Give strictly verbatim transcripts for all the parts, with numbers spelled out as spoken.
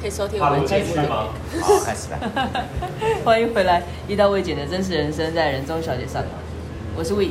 可以收听我们节目吗？好，开始吧。 欢迎回来，一刀未剪的真实人生在人中小姐上。我是 We，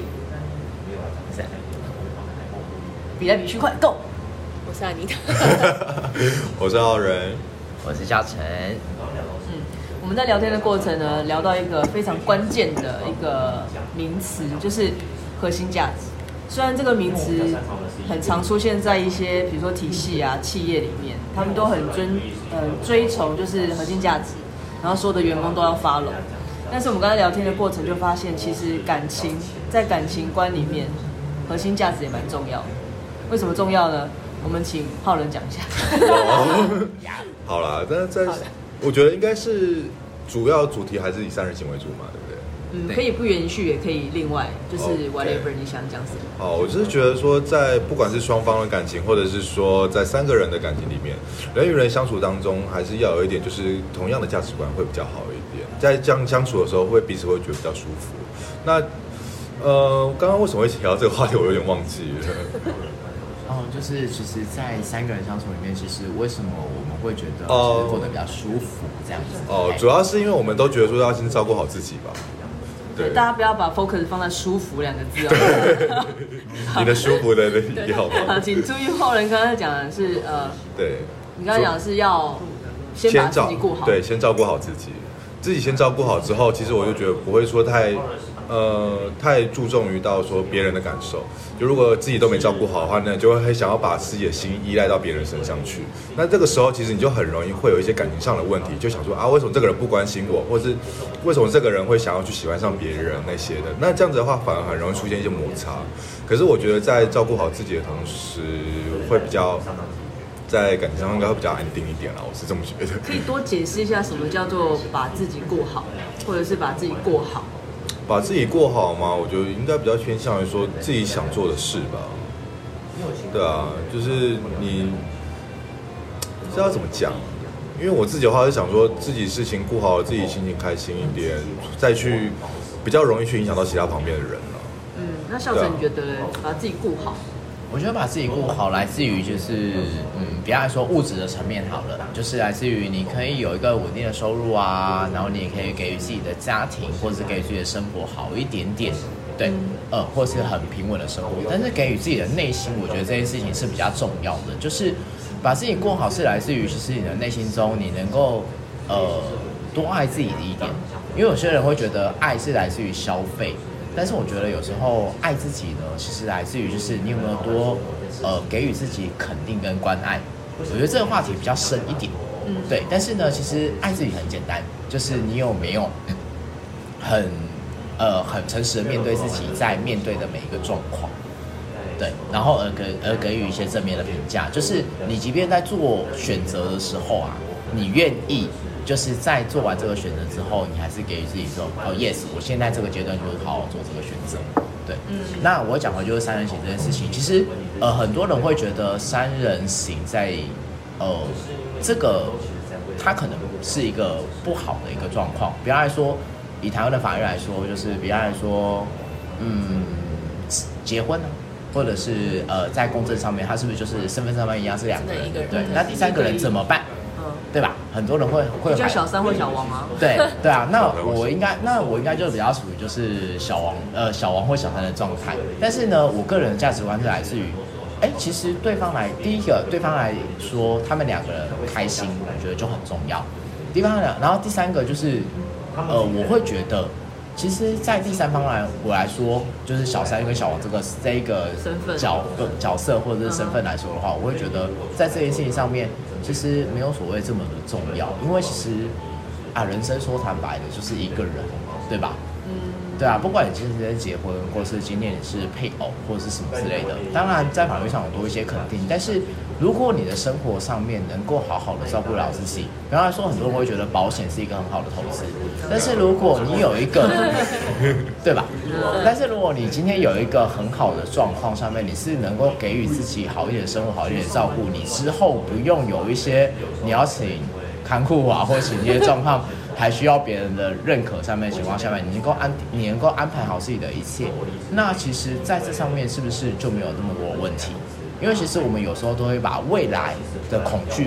比来比去快 ，Go！ 我是安妮塔， 我是浩仁， 我是嘉诚。 嗯，我们在聊天的过程呢，聊到一个非常关键的一个名词，就是核心价值。虽然这个名词很常出现在一些比如说体系啊、企业里面，他们都很尊呃追崇就是核心价值，然后所有的员工都要 follow。但是我们刚才聊天的过程就发现，其实感情在感情观里面，核心价值也蛮重要的。为什么重要呢？我们请浩仁讲一下。 好啦，但是在我觉得应该是主要主题还是以三人行为主嘛，对不对？ 嗯，可以不延续，也可以另外，就是 whatever 你想讲什么。 好，我就是觉得说，在不管是双方的感情，或者是说在三个人的感情里面，人与人相处当中，还是要有一点就是同样的价值观会比较好一点。在这样相处的时候，会彼此会觉得比较舒服。那呃，刚刚为什么会聊到这个话题，我有点忘记了。 哦，就是其实，在三个人相处里面，其实为什么我们会觉得其实过得比较舒服这样子？ 哦，主要是因为我们都觉得说要先照顾好自己吧。 对，大家不要把 focus 放在舒服两个字哦。 你的舒服的你好吗？ 好，请注意后人刚才讲的是呃， 对， 你刚才讲的是要先把自己顾好， 对，先照顾好自己，自己先照顾好之后，其实我就觉得不会说太呃太注重于到说别人的感受。就如果自己都没照顾好的话呢，就会想要把自己的心依赖到别人身上去。那这个时候，其实你就很容易会有一些感情上的问题，就想说啊，为什么这个人不关心我，或是为什么这个人会想要去喜欢上别人那些的？那这样子的话，反而很容易出现一些摩擦。可是我觉得在照顾好自己的同时，会比较在感情上应该会比较安定一点啦，我是这么觉得。 可以多解释一下什么叫做把自己过好，或者是把自己过好。 把自己过好吗？我觉得应该比较偏向于说自己想做的事吧。对啊，就是你这要怎么讲？因为我自己的话是想说自己事情顾好了，自己心情开心一点，再去比较容易去影响到其他旁边的人了。 嗯，那孝成你觉得把自己顾好？ 我觉得把自己顾好，来自于就是，嗯，比方来说物质的层面好了，就是来自于你可以有一个稳定的收入啊，然后你也可以给予自己的家庭或者是给予自己的生活好一点点，对，呃，或是很平稳的生活。但是给予自己的内心，我觉得这件事情是比较重要的，就是把自己过好是来自于其实你的内心中你能够呃多爱自己的一点，因为有些人会觉得爱是来自于消费。但是我觉得有时候爱自己呢，其实来自于就是你有没有多呃给予自己肯定跟关爱。我觉得这个话题比较深一点，嗯，对。但是呢，其实爱自己很简单，就是你有没有很呃很诚实的面对自己在面对的每一个状况，对，然后而给而给予一些正面的评价，就是你即便在做选择的时候啊，你愿意。就是在做完这个选择之后，你还是给予自己说，哦 ，yes， 我现在这个阶段就是好好做这个选择，对。嗯，那我讲的就是三人行这件事情，其实呃很多人会觉得三人行在呃这个它可能是一个不好的一个状况。比方来说，以台湾的法律来说，就是比方来说，嗯，结婚啊。或者是呃，在公证上面，它是不是就是身份上面一样是两个人？对，那第三个人怎么办？对吧？很多人会会叫小三或小王吗？ 对对啊，那我应该那我应该就比较属于就是小王呃小王或小三的状态。但是呢，我个人的价值观是来自于，哎，其实对方来第一个对方来说，他们两个人开心，我觉得就很重要。地方来，然后第三个就是呃，我会觉得。其实，在第三方来我来说，就是小三跟小王这个这一个角角色或者是身份来说的话，我会觉得在这件事情上面，其实没有所谓这么的重要，因为其实啊，人生说坦白的，就是一个人，对吧？嗯，对啊，不管你今天结婚，或是今天你是配偶，或者是什么之类的，当然在法律上有多一些肯定，但是如果你的生活上面能够好好的照顾好自己，比方来说，很多人会觉得保险是一个很好的投资，但是如果你有一个，对吧？但是如果你今天有一个很好的状况上面，你是能够给予自己好一点的生活，好一点的照顾，你之后不用有一些你要请看护啊，或者请一些状况。还需要别人的认可上面的情况下面，你能够安你能够安排好自己的一切，那其实在这上面是不是就没有那么多问题？因为其实我们有时候都会把未来的恐惧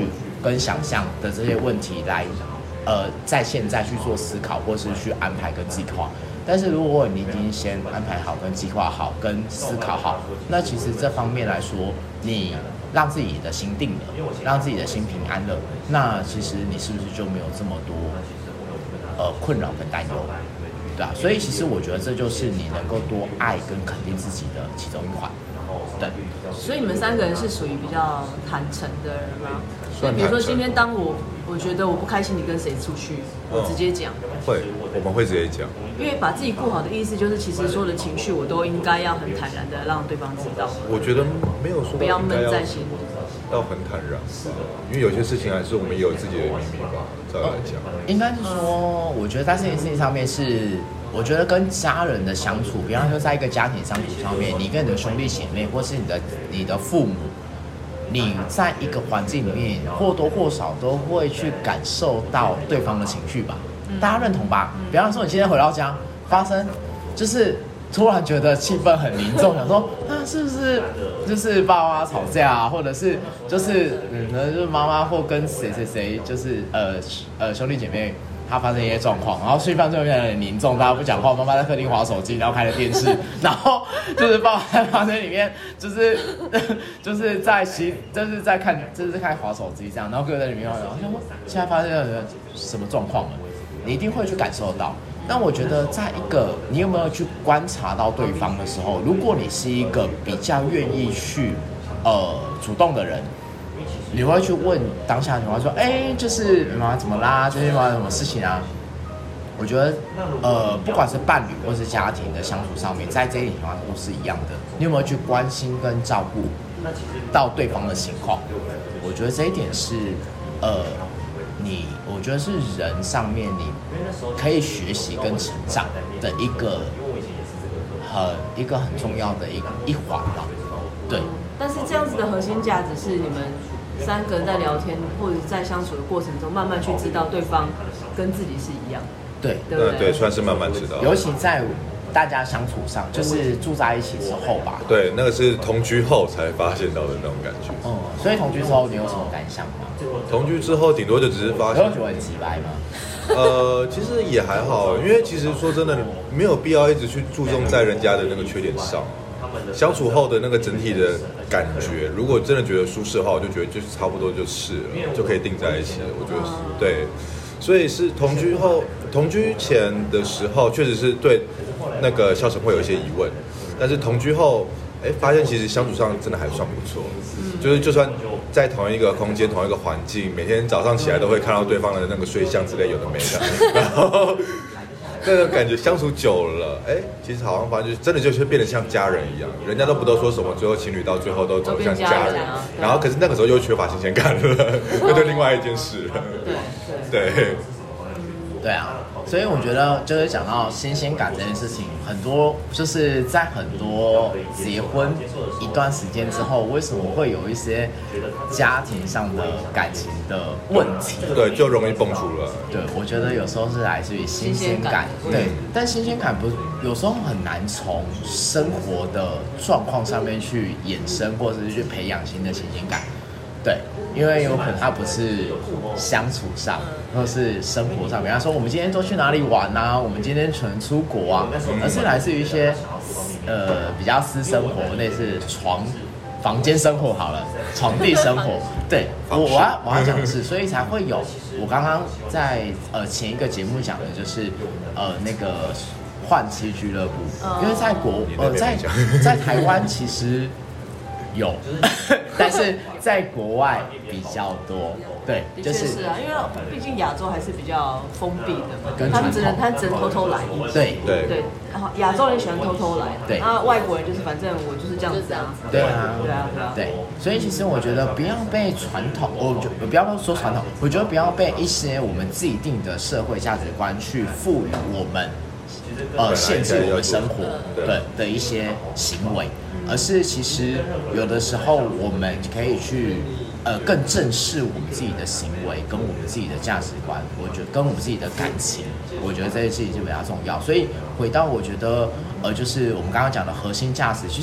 跟想象的这些问题来，呃，在现在去做思考，或是去安排跟计划。但是如果你已经先安排好、跟计划好、跟思考好，那其实这方面来说，你让自己的心定了，让自己的心平安了，那其实你是不是就没有这么多呃困扰跟担忧？对啊，所以其实我觉得这就是你能够多爱跟肯定自己的其中一环。对， 所以你们三个人是属于比较坦诚的人吗？所以算比如说坦诚今天当我我觉得我不开心，你跟谁出去，我直接讲。 会，我们会直接讲。 因为把自己顾好的意思就是，其实所有的情绪我都应该要很坦然的让对方知道。 我觉得没有说不要闷应该在心里。 要很坦然吧，因为有些事情还是我们也有自己的秘密吧。再来讲， 应该是说，我觉得在这件事情上面是，我觉得跟家人的相处，比方说在一个家庭相处上面，你跟你的兄弟姐妹，或是你的你的父母，你在一个环境里面或多或少都会去感受到对方的情绪吧。大家认同吧？比方说你今天回到家，发生就是突然觉得气氛很凝重，想说那是不是就是爸妈吵架啊，或者是就是嗯，可能就是妈妈或跟谁谁谁就是呃呃兄弟姐妹。他发生一些状况，然后气氛就变得很凝重，大家不讲话，妈妈在客厅滑手机，然后开了电视，然后就是爸爸在房间里面，就是就是在洗，就是在看，就是在滑手机这样，然后哥在里面，然后想说现在发生了什么状况了，你一定会去感受到。但我觉得，在一个你有没有去观察到对方的时候，如果你是一个比较愿意去呃主动的人。你会去问当下的情况，说，哎、欸，就是妈妈怎么啦？最近发生什么事情啊？我觉得，呃，不管是伴侣或是家庭的相处上面，在这一点情况都是一样的。你有没有去关心跟照顾到对方的情况？我觉得这一点是，呃，你，我觉得是人上面你可以学习跟成长的一个很一个很重要的一一环吧。对。 但是这样子的核心价值是你们三个人在聊天或者在相处的过程中，慢慢去知道对方跟自己是一样。 对， 对不对？ 对，算是慢慢知道。 尤其在大家相处上，就是住在一起之后吧。 对，那个是同居后才发现到的那种感觉。 嗯，所以同居之后你有什么感想吗？ 同居之后，顶多就只是发现。 你会觉得很鸡掰吗？ 呃，其实也还好，因为其实说真的，没有必要一直去注重在人家的那个缺点上。相处后的那个整体的感觉，如果真的觉得舒适的话，我就觉得就是差不多就是了，就可以定在一起了。我觉得是对，所以是同居后、同居前的时候，确实是对那个孝成会有一些疑问，但是同居后，哎，发现其实相处上真的还算不错，就是就算在同一个空间、同一个环境，每天早上起来都会看到对方的那个睡相之类有的没的，然后。那个感觉相处久了，哎，其实好像反正就真的就是变得像家人一样，人家都不都说什么最后情侣到最后都走向家人，然后可是那个时候又缺乏新鲜感了，那就另外一件事了。对对对啊，所以我觉得就是讲到新鲜感这件事情，很多就是在很多结婚一段时间之后，为什么会有一些家庭上的感情的问题？ 对，就容易蹦出来。 对，我觉得有时候是来自于新鲜感，对，但新鲜感不有时候很难从生活的状况上面去衍生，或者是去培养新的新鲜感。对，因为有可能它不是相处上，或是生活上，比方说我们今天都去哪里玩啊，我们今天可能出国啊，而是来自于一些呃比较私生活，类似床、房间生活好了，床地生活。对，我我要我要讲的是，所以才会有我刚刚在呃前一个节目讲的就是呃那个换妻俱乐部，因为在国呃在在台湾其实。有，但是在国外比较多，对， 的确是啊，因为毕竟亚洲还是比较封闭的嘛，他们只能他只能偷偷来， 对对对，然后亚洲人喜欢偷偷来， 对， 那外国人就是反正我就是这样子啊， 对啊， 对啊，对啊， 对，所以其实我觉得不要被传统，我就不要说传统，我觉得不要被一些我们既定的社会价值观去赋予我们，呃，限制我们生活对的一些行为。而是其实有的时候我们可以去呃更正视我们自己的行为跟我们自己的价值观，我觉得跟我们自己的感情，我觉得这些事情是比较重要。所以回到我觉得呃就是我们刚刚讲的核心价值，其实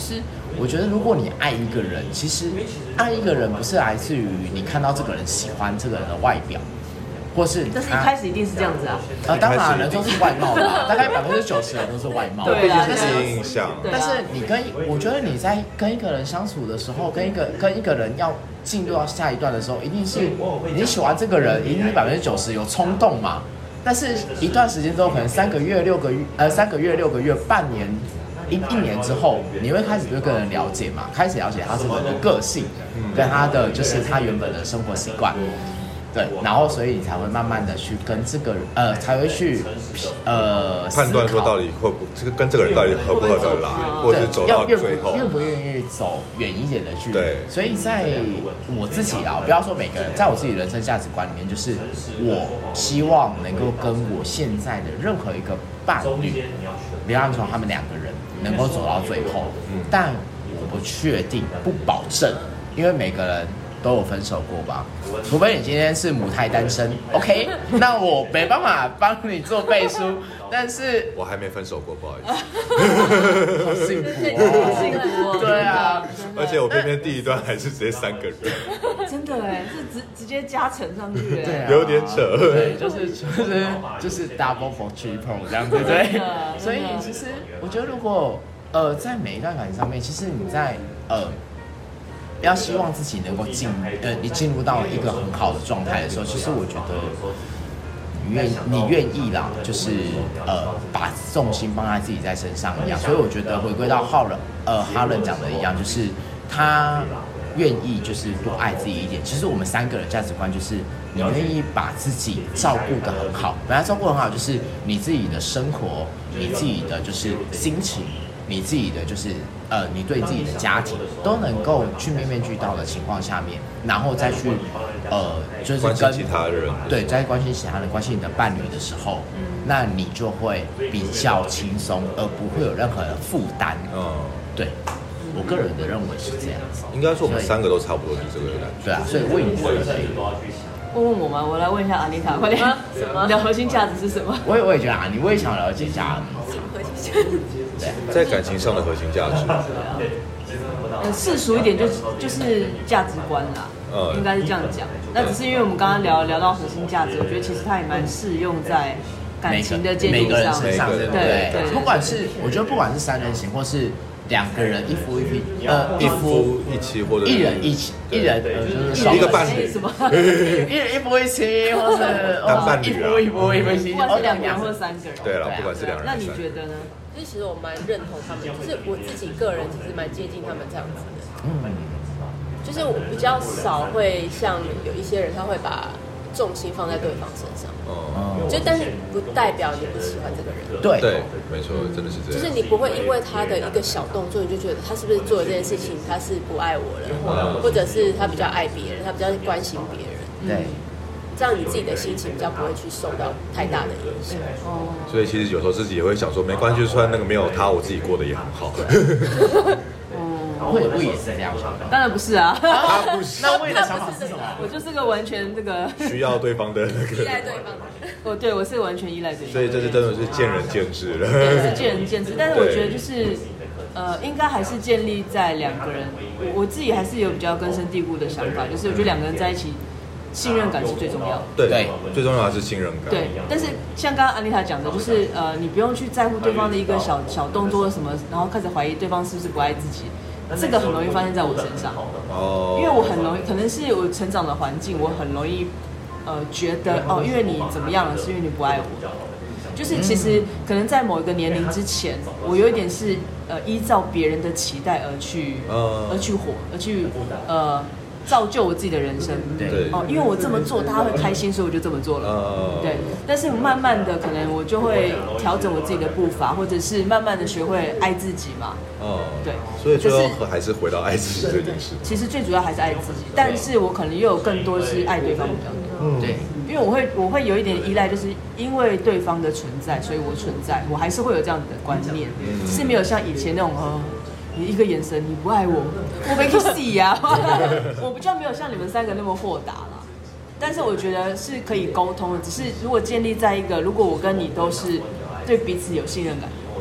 我觉得如果你爱一个人，其实爱一个人不是来自于你看到这个人喜欢这个人的外表，或是但是一开始一定是这样子啊。 呃，当然人都是外貌的，大概百分之九十人都是外貌。 对啊， 这是第一印象。 但是你跟我觉得你在跟一个人相处的时候，跟一个跟一个人要进入到下一段的时候，一定是你喜欢这个人，一定是百分之九十有冲动嘛。但是一段时间之后，可能三个月、六个月，呃，三个月、六个月、半年。一一年之后，你会开始对个人了解嘛？开始了解他这个人的个性，跟他的就是他原本的生活习惯，对，然后所以你才会慢慢的去跟这个人，呃，才会去呃判断说到底会不这个跟这个人到底合不合得来，或者是走到最后愿不愿意走远一点的距离。 对， 所以在我自己啊，不要说每个人，在我自己人生价值观里面，就是我希望能够跟我现在的任何一个伴侣，比方说他们两个人。能够走到最后，但我不确定，不保证，因为每个人都有分手过吧，除非你今天是母胎单身 ，OK， 那我没办法帮你做背书，但是我还没分手过，不好意思， 好幸福哦， 好幸福哦， 对啊， 而且我偏偏第一段还是直接三个人， 真的哎，是直直接加成上去， 对啊， 有点扯， 对，就是就是就是 double for triple 这样子，对，所以其实我觉得如果呃在每一段感情上面，其实你在呃。要希望自己能够进呃，你进入到一个很好的状态的时候，其实我觉得你愿你愿意啦，就是呃把重心放在自己在身上一样。所以我觉得回归到浩伦呃哈伦讲的一样，就是他愿意就是多爱自己一点。其实我们三个人价值观就是你愿意把自己照顾得很好，本来照顾很好就是你自己的生活，你自己的就是心情。你自己的就是呃，你对自己的家庭都能够去面面俱到的情况下面，然后再去呃，就是跟关心其他人， 对，在关心其他人、关心你的伴侣的时候，嗯、那你就会比较轻松，而不会有任何的负担。嗯，对，我个人的认为是这样子。 应该说我们三个都差不多是这个感觉。 对啊，所以问你的。 问问我吗？我来问一下阿妮塔，快点。什么？你的核心价值是什么？ 我也我也觉得啊，你我也想了解一下核心价值。 对， 在感情上的核心价值。 呃，世俗一点就就是价值观啦，嗯、应该是这样讲。那只是因为我们刚刚聊聊到核心价值，我觉得其实它也蛮适用在感情的建立上， 每个人身上，对不对？ 对， 不管是我觉得不管是三人行或是。两个人一夫一妻，呃，一夫一妻或者一人一妻，一人呃就是一个伴侣， 什么？ 一人一夫一妻，或是当伴侣啊， 一夫一夫一妻， 不管是两个人或三个人。 对了，不管是两人。 那你觉得呢？ 就是其实我蛮认同他们，就是我自己个人其实蛮接近他们这样子的。嗯，就是我比较少会像有一些人，他会把重心放在对方身上。哦，就但是不代表你不喜欢这个人。 对对，没错，真的是这样。 就是你不会因为他的一个小动作，你就觉得他是不是做了这件事情，他是不爱我了，嗯、或者是他比较爱别人，他比较关心别人。 对， 这样你自己的心情比较不会去受到太大的影响。哦， 所以其实有时候自己也会想说，没关系，就算那个没有他，我自己过得也很好。 我也我也是这样想的， 当然不是啊， 他不是。 那魏的想法是什么？ 我就是个完全这个需要对方的那个依赖对方。 哦，对，我是完全依赖对方。 所以这是真的是见仁见智了。 对，是见仁见智。但是我觉得就是，呃，应该还是建立在两个人，我我自己还是有比较根深蒂固的想法，就是我觉得两个人在一起，信任感是最重要的。 对对，最重要的是信任感。 对，但是像刚刚安妮塔讲的，就是呃，你不用去在乎对方的一个小小动作什么，然后开始怀疑对方是不是不爱自己。这个很容易发生在我身上，哦，因为我很容易，可能是我成长的环境，我很容易，呃，觉得哦，因为你怎么样了，是因为你不爱我。就是其实可能在某一个年龄之前，我有一点是呃依照别人的期待而去，而去活，而去呃造就我自己的人生。 对， 哦，因为我这么做，大家会开心，所以我就这么做了。对，但是慢慢的，可能我就会调整我自己的步伐，或者是慢慢的学会爱自己嘛。哦，对， 所以最后还是回到爱自己这件事。 其实最主要还是爱自己，但是我可能又有更多是爱对方比较多。对，因为我会我会有一点依赖，就是因为对方的存在，所以我存在，我还是会有这样的观念，是没有像以前那种呃。你一个眼神，你不爱我，我没去死呀！我比较没有像你们三个那么豁达啦，但是我觉得是可以沟通的。只是如果建立在一个，如果我跟你都是对彼此有信任感，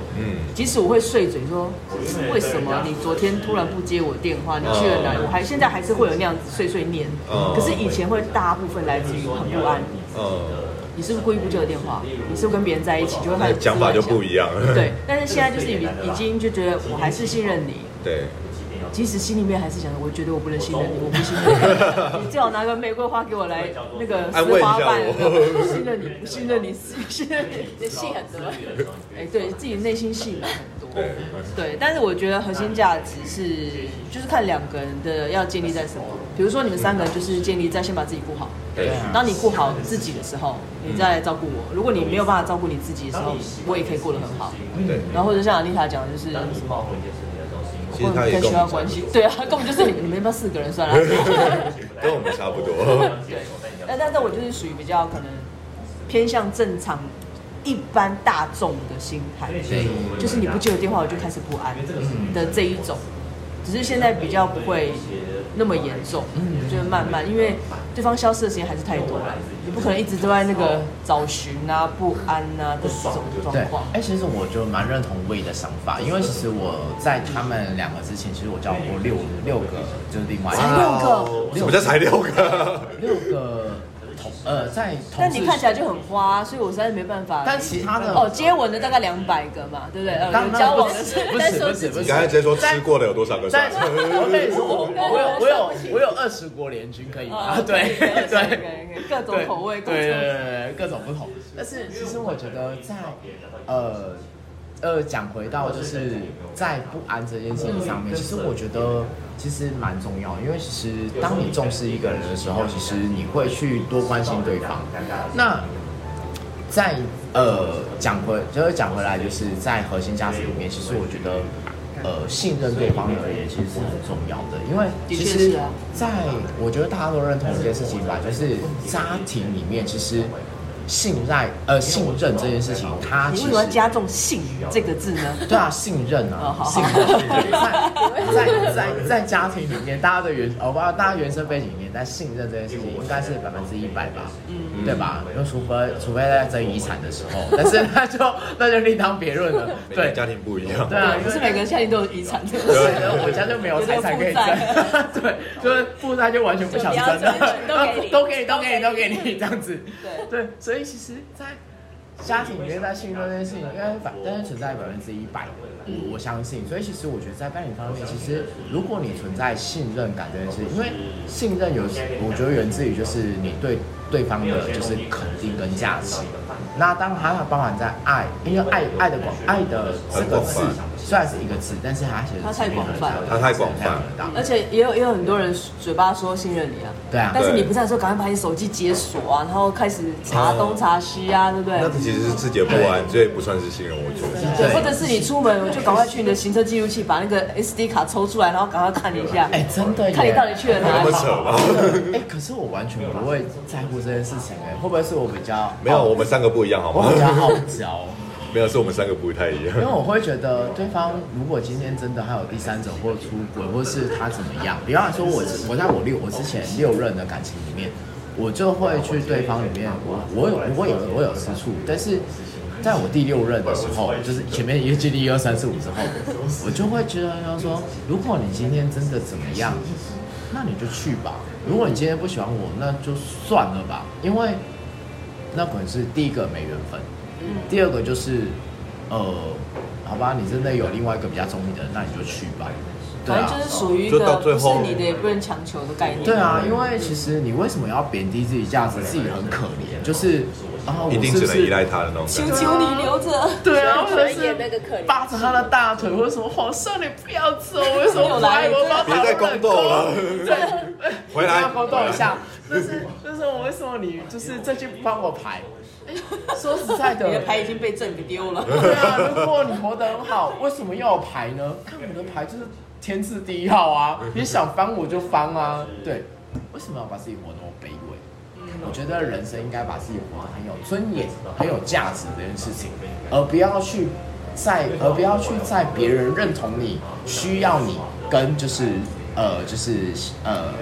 嗯，即使我会碎嘴说为什么你昨天突然不接我电话，你去了哪里？我还现在还是会有那样子碎碎念。嗯，可是以前会大部分来自于很不安。嗯，你是不是故意不接我电话？你是不是跟别人在一起就会开始讲法就不一样了。 对，但是现在就是已已经就觉得我还是信任你。 对。 即使心里面还是想着，我觉得我不能信任你，我不信任你，你最好拿个玫瑰花给我来那个撕花瓣，不信任你，不信任你，不信任你， 你信很多。 哎，对自己内心戏很多，对，但是我觉得核心价值是，就是看两个人的要建立在什么。比如说你们三个人就是建立在先把自己顾好，对，当你顾好自己的时候，你再来照顾我。如果你没有办法照顾你自己的时候，我也可以过得很好，对。然后或者像安妮塔讲的，就是什么。 其实他也跟学校关系，对啊，根本就是你们，你们要不要四个人算了？ 跟我们差不多。 对，但但是我就是属于比较可能偏向正常、一般大众的心态，就是你不接我电话，我就开始不安的这一种。只是现在比较不会那么严重，就是慢慢，因为对方消失的时间还是太多了，你不可能一直都在那个找寻啊、不安啊的这种状况。 哎、欸，其实我就蛮认同魏的想法，因为其实我在他们两个之前，其实我交过六六个，就是另外才六个， 什么叫才六个？ 六个。呃，在但你看起来就很花，所以我实在是没办法。 但其他的哦，接吻的大概两百个嘛，对不对？呃，交往的是， 不是不是不是， 你刚才直接说吃过的有多少个？ 在我跟你说，我我有我有我有二十国联军可以啊，对对， 各种口味， 对对对，各种不同。但是其实我觉得在呃。呃，讲回到就是在不安这件事情上面，其实我觉得其实蛮重要，因为其实当你重视一个人的时候，其实你会去多关心对方。那在呃讲回就是讲回来，就是在核心价值里面，其实我觉得呃信任对方而言，其实是很重要的，因为其实在我觉得大家都认同一件事情吧，就是家庭里面其实。信赖呃信任这件事情，它你为什么要加重“信”这个字呢？ 对啊，信任啊，哦、信任。在在在在家庭里面，大家的原我不知道大家原生背景里面，但信任这件事情应该是百分之一百吧，嗯，对吧？因为除非除非在争遗产的时候，但是那就那就另当别论了。对， 家庭不一样。 对啊， 不是每个家庭都有遗产的。 对，我家就没有财产可以争。对，就是负债就完全不想争了，都给你，都给你，都给你这样子。对对，所以。其实，在家庭里面，在信任这件事情，应该反，但是存在百分之一百的，我相信。所以，其实我觉得在伴侣方面，其实如果你存在信任感这件事情，因为信任有，我觉得源自于就是你对对方的就是肯定跟价值。那当然它包含在爱，因为爱爱的广爱的这个字虽然是一个字，但是它其实它太广泛了， 它太广泛了。 而且也有也有很多人嘴巴说信任你啊， 对啊， 但是你不在的时候，赶快把你手机解锁啊，然后开始查东查西啊，对不对？ 那其实是自己的不安，所以不算是信任，我觉得。 对，或者是你出门，我就赶快去你的行车记录器，把那个 S D 卡抽出来，然后赶快看一下。 哎，真的耶， 看你到底去了哪里？ 那么扯吗？ 哎，可是我完全不会在乎这件事情，哎，会不会是我比较没有？我们三个不一样，好吗？ 我比较傲娇。 没有，是我们三个不太一样。 因为我会觉得，对方如果今天真的还有第三者或出轨，或是他怎么样，比方说我我在我六我之前六任的感情里面，我就会去对方里面，我我有我有我有吃醋，但是在我第六任的时候，就是前面一经历一二三四五之后，我就会觉得说，如果你今天真的怎么样，那你就去吧。如果你今天不喜欢我，那就算了吧，因为那可能是第一个没缘分。第二个就是，呃，好吧，你真的有另外一个比较中意的人，那你就去吧。对啊， 反正就是属于一个不是你的也不能强求的概念。 对啊，因为其实你为什么要贬低自己价值？自己很可怜，就是啊， 一定只能依赖他的那种。 求求你留着。 对啊， 或者是那个可怜， 扒着他的大腿，或者什么皇上你不要走，为什么不爱我？ 别再宫斗了， 对， 回来宫斗一下。就是就是我为什么你就是这句不帮我排？说实在的， 你的牌已经被朕给丢了。 对啊，如果你活得很好，为什么要有牌呢？看我的牌就是天字第一号啊！你想翻我就翻啊！对，为什么要把自己活那么卑微？我觉得人生应该把自己活得很有尊严、很有价值这件事情，而不要去在，而不要去在别人认同你、需要你跟就是呃就是呃。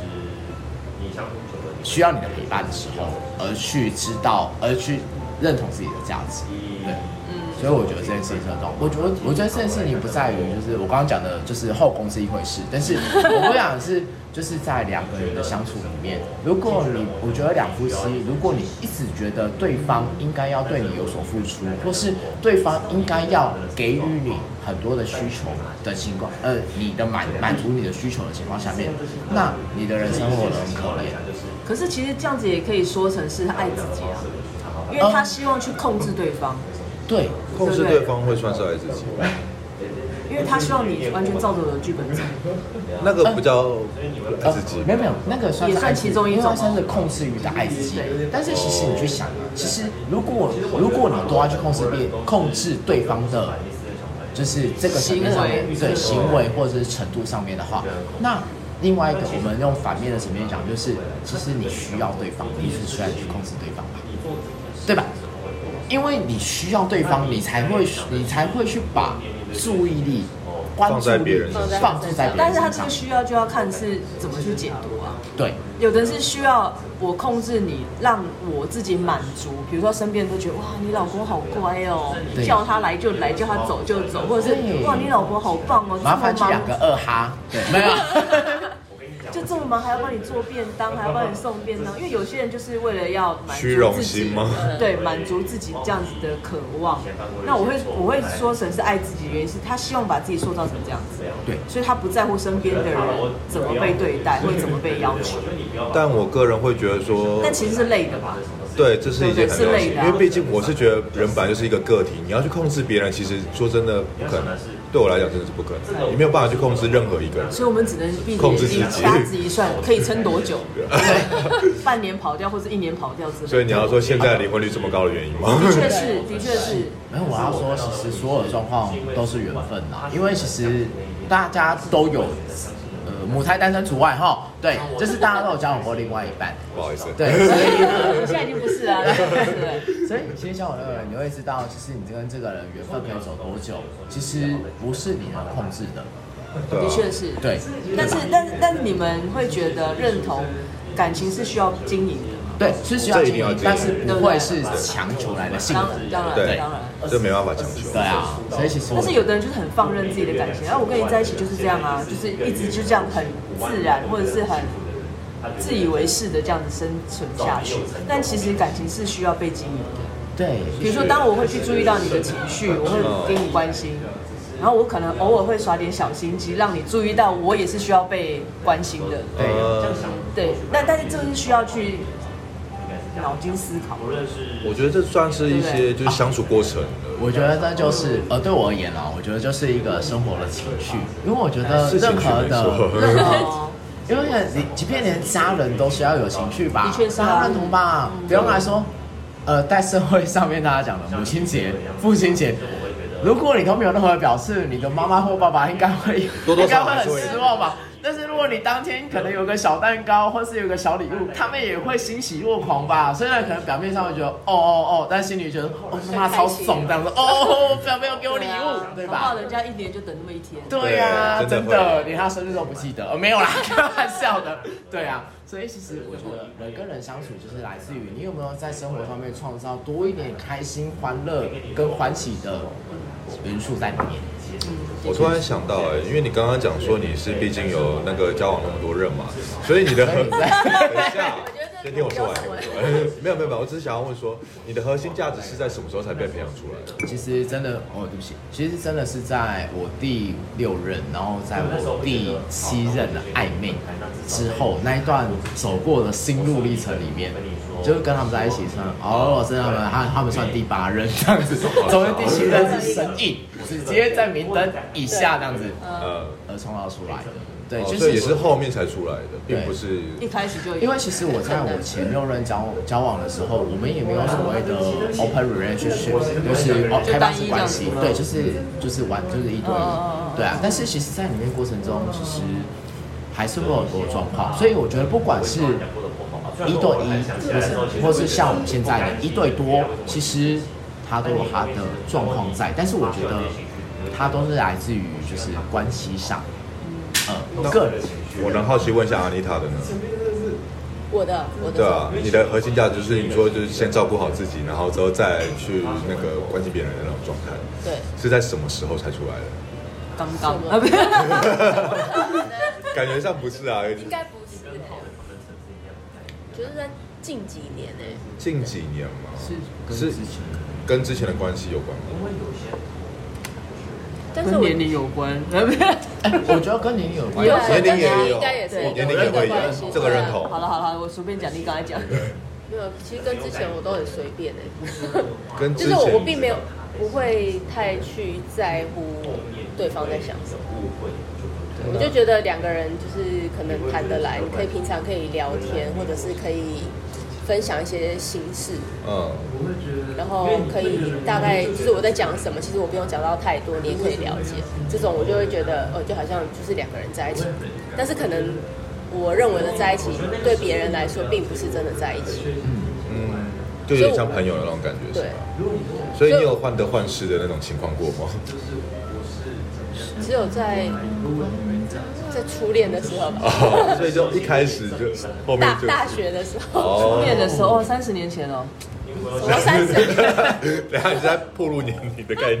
需要你的陪伴的时候，而去知道，而去认同自己的价值，对， 嗯， 所以我觉得这件事情很重要。我觉得我觉得这件事情不在于就是我刚刚讲的，就是后宫是一回事，但是我不讲的是就是在两个人的相处里面，如果你我觉得两夫妻，如果你一直觉得对方应该要对你有所付出，或是对方应该要给予你很多的需求的情况，呃，你的满满足你的需求的情况下面，那你的人生会很可怜。 可是其实这样子也可以说成是爱自己啊，因为他希望去控制对方。 对， 控制对方会算是爱自己， 因为他希望你完全照着我的剧本走。 那个不叫爱自己， 没有没有，那个算是也算其中一种， 因为算是控制欲的爱自己。但是其实你去想，其实如果如果你都要去控制别控制对方的，就是这个层面上面对行为或者是程度上面的话，那另外一个我们用反面的层面讲，就是其实你需要对方，你是需要去控制对方吧，对吧？因为你需要对方，你才会你才会去把注意力、关注力放在别人身上。 但是他这个需要就要看是怎么去解读啊。 对， 有的是需要我控制你，让我自己满足。比如说身边人都觉得哇，你老公好乖哦，叫他来就来，叫他走就走，或者是哇，你老婆好棒哦， 麻烦去两个二哈，对，没有。 就这么忙，还要帮你做便当，还要帮你送便当，因为有些人就是为了要满足虚荣心吗？ 对，满足自己这样子的渴望。那我会我会说成是爱自己的原因是他希望把自己塑造成这样子， 对， 所以他不在乎身边的人怎么被对待，或者怎么被要求。 但我个人会觉得说， 但其实是累的吧？ 对，这是一件很了不起， 是累的啊， 因为毕竟我是觉得人本来就是一个个体，你要去控制别人，其实说真的不可能。对我来讲真的是不可能，你没有办法去控制任何一个人， 所以我们只能闭控制着眼睛掐指一算，可以撑多久？对，半年跑掉或者一年跑掉之类的。 所以你要说现在离婚率这么高的原因吗？ 的确是，的确是。 没有，我要说，其实所有的状况都是缘分呐，因为其实大家都有。呃，母胎单身除外哈，对，就是大家都有交往过另外一半， 不好意思， 对，所以现在已经不是啊， 对，所以其实交往那个人，你会知道，其实你跟这个人缘分可以走多久，其实不是你能控制的， 的确是， 对， 但是但是但是你们会觉得认同感情是需要经营的。 对，是需要经营，但是不会是强求来的幸福。 当然， 对， 当然， 这没办法强求。 对啊，所以其实， 但是有的人就是很放任自己的感情，然后我跟你在一起就是这样啊，就是一直就这样很自然，或者是很自以为是的这样子生存下去。但其实感情是需要被经营的。 对， 比如说，当我会去注意到你的情绪，我会给你关心。然后我可能偶尔会耍点小心机，让你注意到我也是需要被关心的。 对， 对，但但是这个是需要去脑筋思考。 我觉得这算是一些就是相处过程的。 我觉得这就是呃，对我而言啊，我觉得就是一个生活的情绪，因为我觉得任何的任何，因为你即便连家人都需要有情绪吧， 的确是大家认同吧？不用来说，呃，在社会上面大家讲的母亲节、父亲节。如果你都没有任何表示，你的妈妈或爸爸应该会多多少少应该会很失望吧。但是如果你当天可能有个小蛋糕，或是有个小礼物，他们也会欣喜若狂吧。虽然可能表面上会觉得哦哦哦，但心里觉得哦妈超怂这样子，哦表妹有给我礼物，对吧？ 人家一年就等那么一天。 对呀，真的连他生日都不记得，呃没有啦，开玩笑的。对啊，所以其实我觉得人跟人相处就是来自于你有没有在生活上面创造多一点开心、欢乐跟欢喜的元素在里面。 我突然想到、欸，哎，因为你刚刚讲说你是毕竟有那个交往那么多任嘛，所以你的等一下，先听我说完，听我说完。没有没有没有，我只是想要问说，你的核心价值是在什么时候才被培养出来的？ 其实真的，哦，对不起，其实真的是在我第六任，然后在我第七任的暧昧之后，那一段走过的心路历程里面。就是跟他们在一起算，哦，真的他们他他们算第八任这样子，总之第七任是神印，直接在明灯以下这样子，呃，而创造出来的。对，就是、 所以也是后面才出来的，并不是一开始就有。 因为其实我在我前六任交交往的时候，我们也没有所谓的 open relationship， 就是哦开放式关系，对，就是就是玩就是一对一，对啊。但是其实，在里面过程中，其实还是会有很多状况，所以我觉得不管是一对一，或是或是像我们现在的一对多，其实它都有它的状况在，但是我觉得它都是来自于就是关系上，呃，个人。 我能好奇问一下阿妮塔的呢？ 我的我的对啊，你的核心价值就是你说就是先照顾好自己，然后之后再去那个关心别人的那种状态。 对， 是在什么时候才出来的？ 刚刚啊，不是， 感觉上不是啊， 应该不是、欸，就是在近几年哎、欸， 近几年嘛， 是是跟之前的关系有关吗？ 但是我跟年龄有关， 哎，我觉得跟年龄有关系， 有年龄也有， 应该也是年龄也会有这个认同。 好了好了，我随便讲，你刚才讲。 没有，其实跟之前我都很随便哎、欸， 跟之前就是我我并没有不会太去在乎对方在想什么。我就觉得两个人就是可能谈得来，你可以平常可以聊天，或者是可以分享一些心事， 嗯， 然后可以大概就是我在讲什么，其实我不用讲到太多，你也可以了解。这种我就会觉得，哦，就好像就是两个人在一起，但是可能我认为的在一起，对别人来说并不是真的在一起。 嗯，就有点像朋友的那种感觉，是对吧？所以你有患得患失的那种情况过吗？ 只有在在初恋的时候吧， 哦，所以就一开始就后面就大大学的时候， 哦初恋的时候，三十年前哦。 什么三十年？ 等一下你在暴露年龄的概念。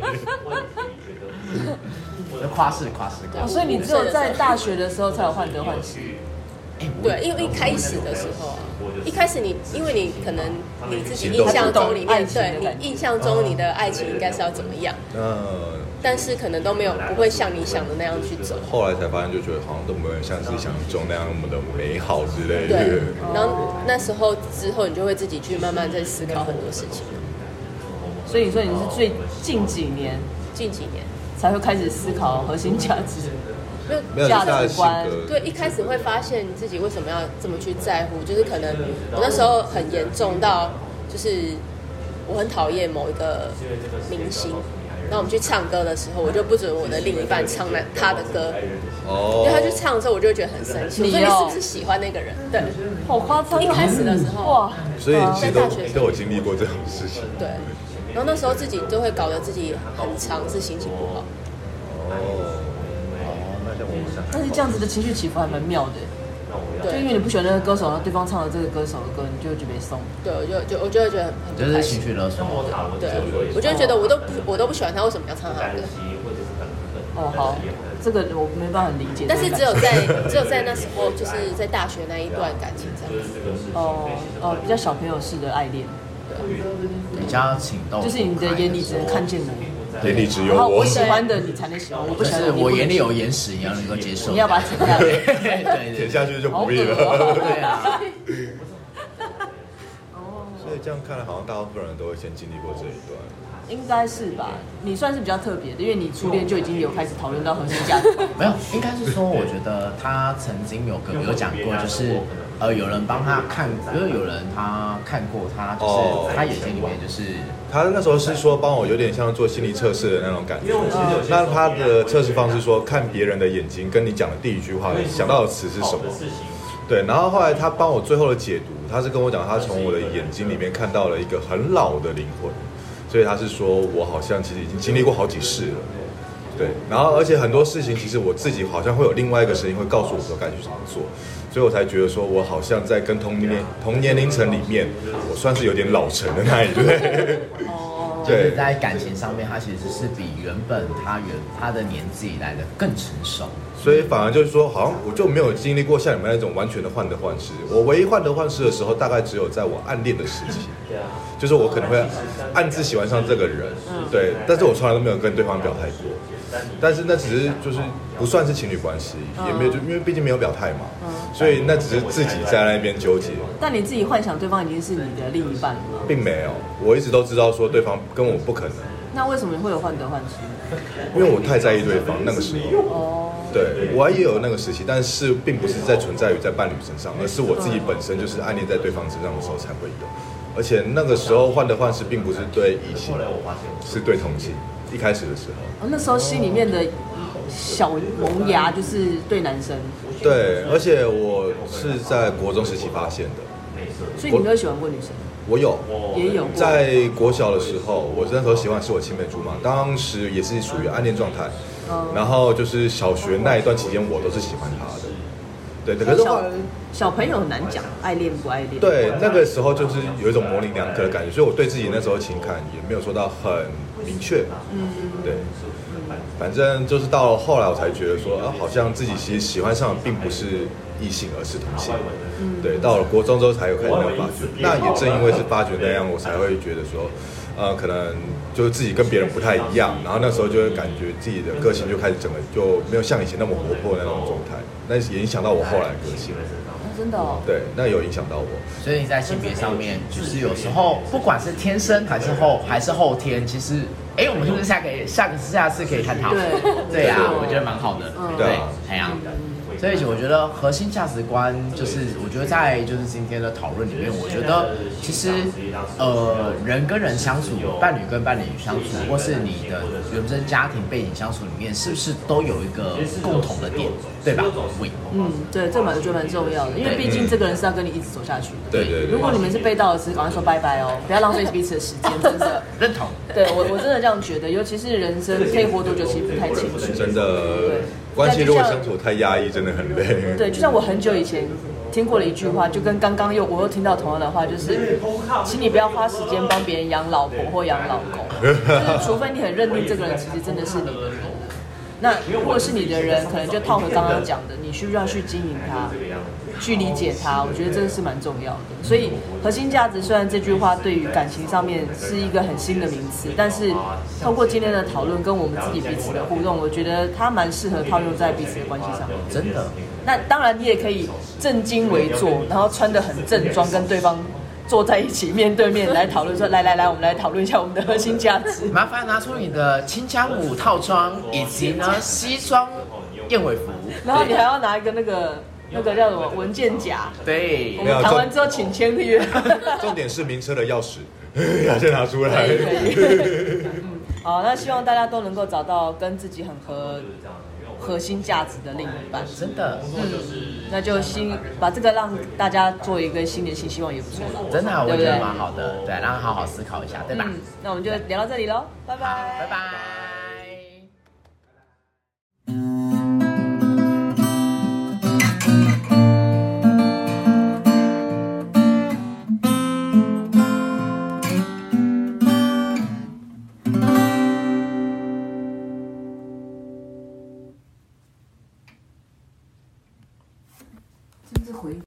夸饰夸饰夸哦， 饰。 所以你只有在大学的时候才有患得患失。 对，因为一开始的时候啊，一开始你因为你可能你自己印象中里面，对你印象中你的爱情应该是要怎么样， 嗯， 但是可能都没有不会像你想的那样去走。 后来才发现，就觉得好像都没有像自己想象中那样那么的美好之类对的。， 然后那时候之后，你就会自己去慢慢在思考很多事情。 所以你说你是最近几年近几年才会开始思考核心价值、 没有没有价他的性值观。 格， 对，一开始会发现自己为什么要这么去在乎，就是可能我那时候很严重到，就是我很讨厌某一个明星，然后我们去唱歌的时候，我就不准我的另一半唱那他的歌， 哦因为他去唱的时候，我就会觉得很生气。我说你你哦是不是喜欢那个人？对好夸张！ 一开始的时候哇， 所以其实都在大学都有经历过这种事情。 对，然后那时候自己就会搞得自己很常是心情不好。 哦，哦，那像我们想， 但是这样子的情绪起伏还蛮妙的。就因为你不喜欢那个歌手，然后对方唱了这个歌手的歌，你就会觉得没送。 对，我就就我就会觉得很很就是不开心。 情绪勒索。 对，我就会觉得我都不我都不喜欢他，为什么要唱他的歌？ 哦，好，这个我没办法很理解。 但是只有在只有在那时候，就是在大学那一段感情这样子。 哦哦，比较小朋友式的爱恋， 比较情动， 就是你的眼里只能看见我， 眼里只有我然后我。喜欢的你才能喜欢，我不就是喜欢的你不能我眼里有喜欢眼屎，你要能够接受。 你要把它停下来。 对对对舔下去就好恶不必了。 哦对啊， 所以这样看来，好像大部分人都会先经历过这一段。 应该是吧？你算是比较特别的，因为你初恋就已经有开始讨论到核心价值。 没有，应该是说，我觉得他曾经有跟有讲过，就是呃，有人帮他看，就是有人他看过他，就是、 哦他眼睛里面就是他那时候是说帮我有点像做心理测试的那种感觉。那他的测试方式说，看别人的眼睛跟你讲的第一句话想到的词是什么？对，然后后来他帮我最后的解读，他是跟我讲，他从我的眼睛里面看到了一个很老的灵魂，所以他是说我好像其实已经经历过好几世了。对，然后而且很多事情其实我自己好像会有另外一个声音会告诉我说该去怎么做，所以我才觉得说我好像在跟同年同年龄层里面，我算是有点老成的那一类。 就是在感情上面，他其实是比原本他原他的年纪来的更成熟。 所以反而就是说，好像我就没有经历过像你们那种完全的患得患失。我唯一患得患失的时候，大概只有在我暗恋的时期，就是我可能会暗自喜欢上这个人，对，但是我从来都没有跟对方表态过。但是那只是就是不算是情侣关系，也没有就因为毕竟没有表态嘛，所以那只是自己在那边纠结， 但你自己幻想对方已经是你的另一半了吗？ 并没有。我一直都知道说对方跟我不可能， 那为什么会有患得患失？ 因为我太在意对方。那个时候， 哦， 对我也有那个时期，但是并不是在存在于在伴侣身上，而是我自己本身就是暗恋在对方身上的时候才会有。而且那个时候患得患失，并不是对异性，是对同性。一开始的时候， 哦，那时候心里面的小萌芽就是对男生， 对，而且我是在国中时期发现的。 所以你没有喜欢过女生？ 我有， 也有过在国小的时候，我那时候喜欢的是我青梅竹马，当时也是属于暗恋状态。然后就是小学那一段期间，我都是喜欢她的。 对，可是后来小朋友很难讲爱练不爱练。 对，那个时候就是有一种模棱两可的感觉，所以我对自己那时候情感也没有说到很明确。嗯，对。反正就是到后来我才觉得说，啊，好像自己其实喜欢上的并不是异性，而是同性。嗯，对，到了国中之后才有开始那样发觉。那也正因为是发觉那样，我才会觉得说，呃，可能就是自己跟别人不太一样，然后那时候就会感觉自己的个性就开始整个就没有像以前那么活泼的那种状态，那也影响到我后来的个性。 真的哦， 对，那有影响到我。 所以你在性别上面，就是有时候不管是天生还是后还是后天，其实，哎，我们是不是下个下个下次可以探讨？ 对， 对呀，我觉得蛮好的。 嗯、 对，哎呀。所以我觉得核心价值观就是，我觉得在就是今天的讨论里面，我觉得其实呃人跟人相处，伴侣跟伴侣相处，或是你的原生家庭背景相处里面，是不是都有一个共同的点，对吧？ 嗯，对，这蛮我觉得蛮重要的，因为毕竟这个人是要跟你一直走下去的。 对对对。 如果你们是背道而驰，赶快说拜拜哦，不要浪费彼此的时间，真的。 认同。 对我我真的这样觉得，尤其是人生可以活多久，其实不太清楚。 真的。对。关系如果相处太压抑，真的很累。 对，就像我很久以前听过了一句话，就跟刚刚又我又听到同样的话，就是请你不要花时间帮别人养老婆或养老公，就是除非你很认定这个人其实真的是你的人。那如果是你的人，可能就套回刚刚讲的，你需要去经营他，去理解他，我觉得这个是蛮重要的。所以核心价值虽然这句话对于感情上面是一个很新的名词，但是通过今天的讨论跟我们自己彼此的互动，我觉得它蛮适合套用在彼此的关系上面。 真的。 那当然你也可以正襟危坐，然后穿得很正装，跟对方坐在一起面对面来讨论说，来来来，我们来讨论一下我们的核心价值。 麻烦拿出你的清江舞套装以及呢西装燕尾服， 然后你还要拿一个那个那个叫什么文件夹。 对， 我们谈完之后请签约。 重点是名车的钥匙要先拿出来。 可以可以。嗯，好，那希望大家都能够找到跟自己很合核心价值的另一半。 真的。 嗯，那就新把这个让大家做一个新年新希望也不错了。 真的，我觉得蛮好的，对，让他好好思考一下，对吧？ 嗯，那我们就聊到这里喽，拜拜， 拜拜。